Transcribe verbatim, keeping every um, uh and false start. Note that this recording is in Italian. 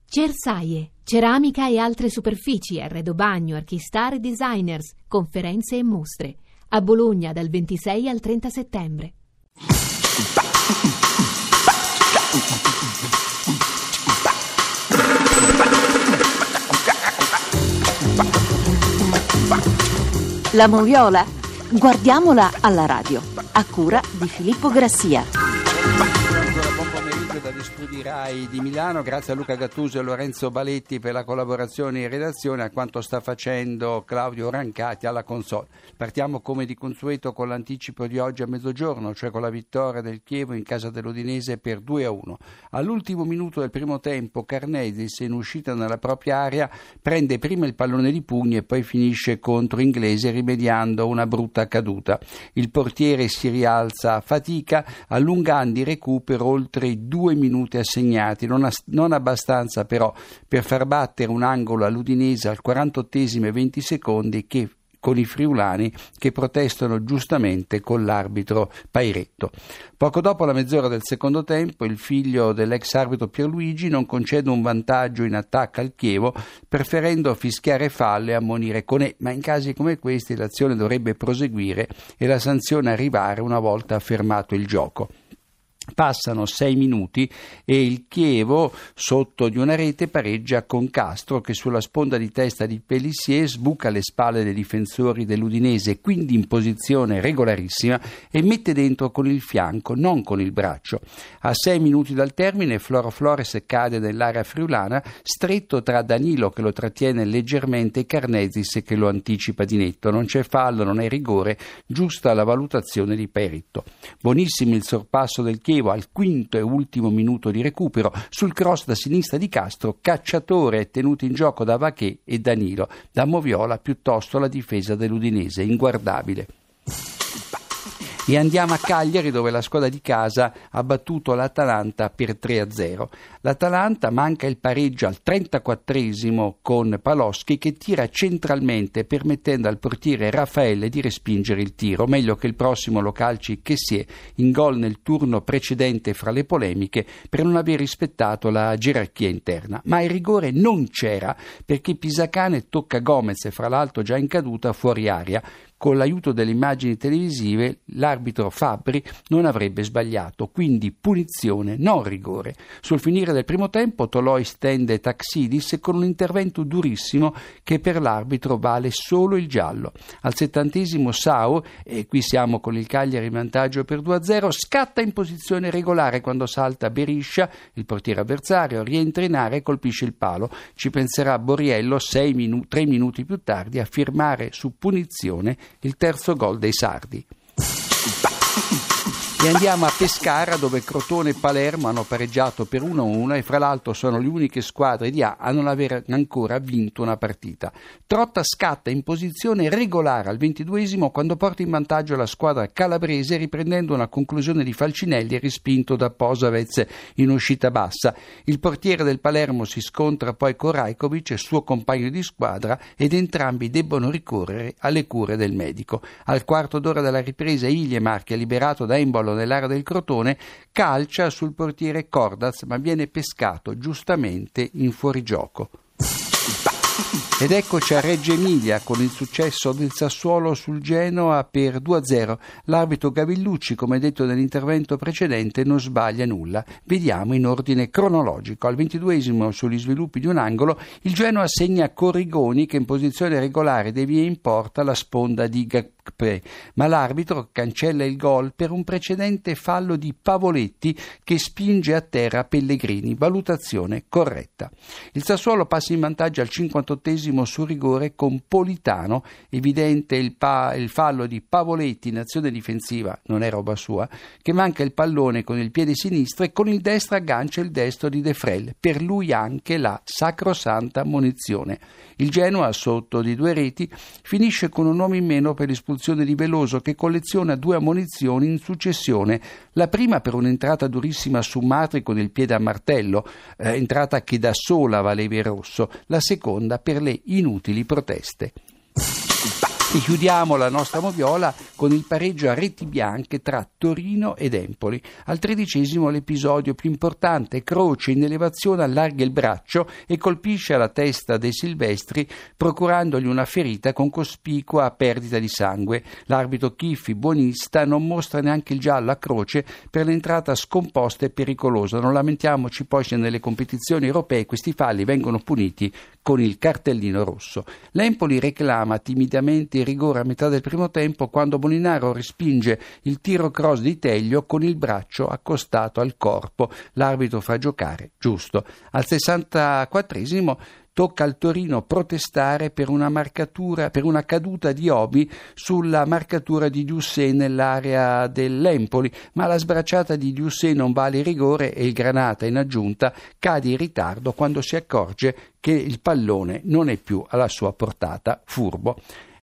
Cersaie, ceramica e altre superfici, arredo bagno, archistar e designers, conferenze e mostre. A Bologna dal ventisei al trenta settembre. La Moviola? Guardiamola alla radio, a cura di Filippo Grassia. Buon pomeriggio dagli studi Rai di Milano, grazie a Luca Gattuso e Lorenzo Baletti per la collaborazione in redazione, a quanto sta facendo Claudio Rancati alla console. Partiamo come di consueto con l'anticipo di oggi a mezzogiorno, cioè con la vittoria del Chievo in casa dell'Udinese per due a uno. All'ultimo minuto del primo tempo Karnesis, in uscita nella propria area, prende prima il pallone di pugno e poi finisce contro Inglese rimediando una brutta caduta. Il portiere si rialza a fatica, allungando il recupero oltre i due minuti assegnati, non, as- non abbastanza però per far battere un angolo all'Udinese al quarantottesimo e venti secondi che con i friulani che protestano giustamente con l'arbitro Pairetto. Poco dopo la mezz'ora del secondo tempo il figlio dell'ex arbitro Pierluigi non concede un vantaggio in attacco al Chievo, preferendo fischiare fallo e ammonire Conè, ma in casi come questi l'azione dovrebbe proseguire e la sanzione arrivare una volta fermato il gioco. Passano sei minuti e il Chievo, sotto di una rete, pareggia con Castro che sulla sponda di testa di Pelissier sbuca alle spalle dei difensori dell'Udinese, quindi in posizione regolarissima, e mette dentro con il fianco, non con il braccio. A sei minuti dal termine Floro Flores cade nell'area friulana, stretto tra Danilo che lo trattiene leggermente e Karnesis che lo anticipa di netto. Non c'è fallo, non è rigore, giusta la valutazione di Pairetto. Buonissimo il sorpasso del Chievo al quinto e ultimo minuto di recupero sul cross da sinistra di Castro, Cacciatore tenuto in gioco da Vaché e Danilo. Da Moviola piuttosto la difesa dell'Udinese, inguardabile. E andiamo a Cagliari, dove la squadra di casa ha battuto l'Atalanta per tre a zero. L'Atalanta manca il pareggio al trentaquattresimo con Paloschi che tira centralmente, permettendo al portiere Raffaele di respingere il tiro, meglio che il prossimo Localci che si è in gol nel turno precedente fra le polemiche per non aver rispettato la gerarchia interna. Ma il rigore non c'era perché Pisacane tocca Gomez, fra l'altro già in caduta, fuori aria. Con l'aiuto delle immagini televisive l'arbitro Fabbri non avrebbe sbagliato, quindi punizione, non rigore. Sul finire del primo tempo Toloi stende Taxidis con un intervento durissimo che per l'arbitro vale solo il giallo. Al settantesimo Sau, e qui siamo con il Cagliari in vantaggio per due a zero, scatta in posizione regolare quando salta Beriscia, il portiere avversario, rientra in area e colpisce il palo. Ci penserà Borriello sei minu- tre minuti più tardi a firmare su punizione il terzo gol dei sardi. E andiamo a Pescara, dove Crotone e Palermo hanno pareggiato per uno a uno e fra l'altro sono le uniche squadre di A a non aver ancora vinto una partita. Trotta scatta in posizione regolare al ventiduesimo quando porta in vantaggio la squadra calabrese, riprendendo una conclusione di Falcinelli respinto da Posavez in uscita bassa. Il portiere del Palermo si scontra poi con Rajkovic, suo compagno di squadra, ed entrambi debbono ricorrere alle cure del medico. Al quarto d'ora della ripresa Igliemar, che è liberato da Embolo nell'area del Crotone, calcia sul portiere Cordaz, ma viene pescato giustamente in fuorigioco. Ed eccoci a Reggio Emilia con il successo del Sassuolo sul Genoa per due a zero. L'arbitro Gavillucci, come detto nell'intervento precedente, non sbaglia nulla. Vediamo in ordine cronologico. Al ventiduesimo, sugli sviluppi di un angolo, il Genoa segna Corrigoni che in posizione regolare devia in porta la sponda di Gakpe, ma l'arbitro cancella il gol per un precedente fallo di Pavoletti che spinge a terra Pellegrini. Valutazione corretta. Il Sassuolo passa in vantaggio al cinquantottesimo su rigore con Politano, evidente il, pa- il fallo di Pavoletti in azione difensiva, non è roba sua, che manca il pallone con il piede sinistro e con il destro aggancia il destro di De Frel, per lui anche la sacrosanta munizione. Il Genoa, sotto di due reti, finisce con un uomo in meno per l'espulsione di Veloso che colleziona due ammonizioni in successione, la prima per un'entrata durissima su Matri con il piede a martello, eh, entrata che da sola valeva il rosso, la seconda per le inutili proteste. E chiudiamo la nostra moviola con il pareggio a reti bianche tra Torino ed Empoli. Al tredicesimo l'episodio più importante: Croce in elevazione allarga il braccio e colpisce alla testa dei Silvestri, procurandogli una ferita con cospicua perdita di sangue. L'arbitro Chiffi, buonista, non mostra neanche il giallo a Croce per l'entrata scomposta e pericolosa. Non lamentiamoci poi se nelle competizioni europee questi falli vengono puniti con il cartellino rosso. L'Empoli reclama timidamente il rigore a metà del primo tempo, quando Molinaro respinge il tiro cross di Teglio con il braccio accostato al corpo. L'arbitro fa giocare giusto. Al sessantaquattresimo tocca al Torino protestare per una marcatura, per una caduta di Obi sulla marcatura di Giussè nell'area dell'Empoli, ma la sbracciata di Giussè non vale il rigore e il Granata in aggiunta cade in ritardo quando si accorge che il pallone non è più alla sua portata. Furbo.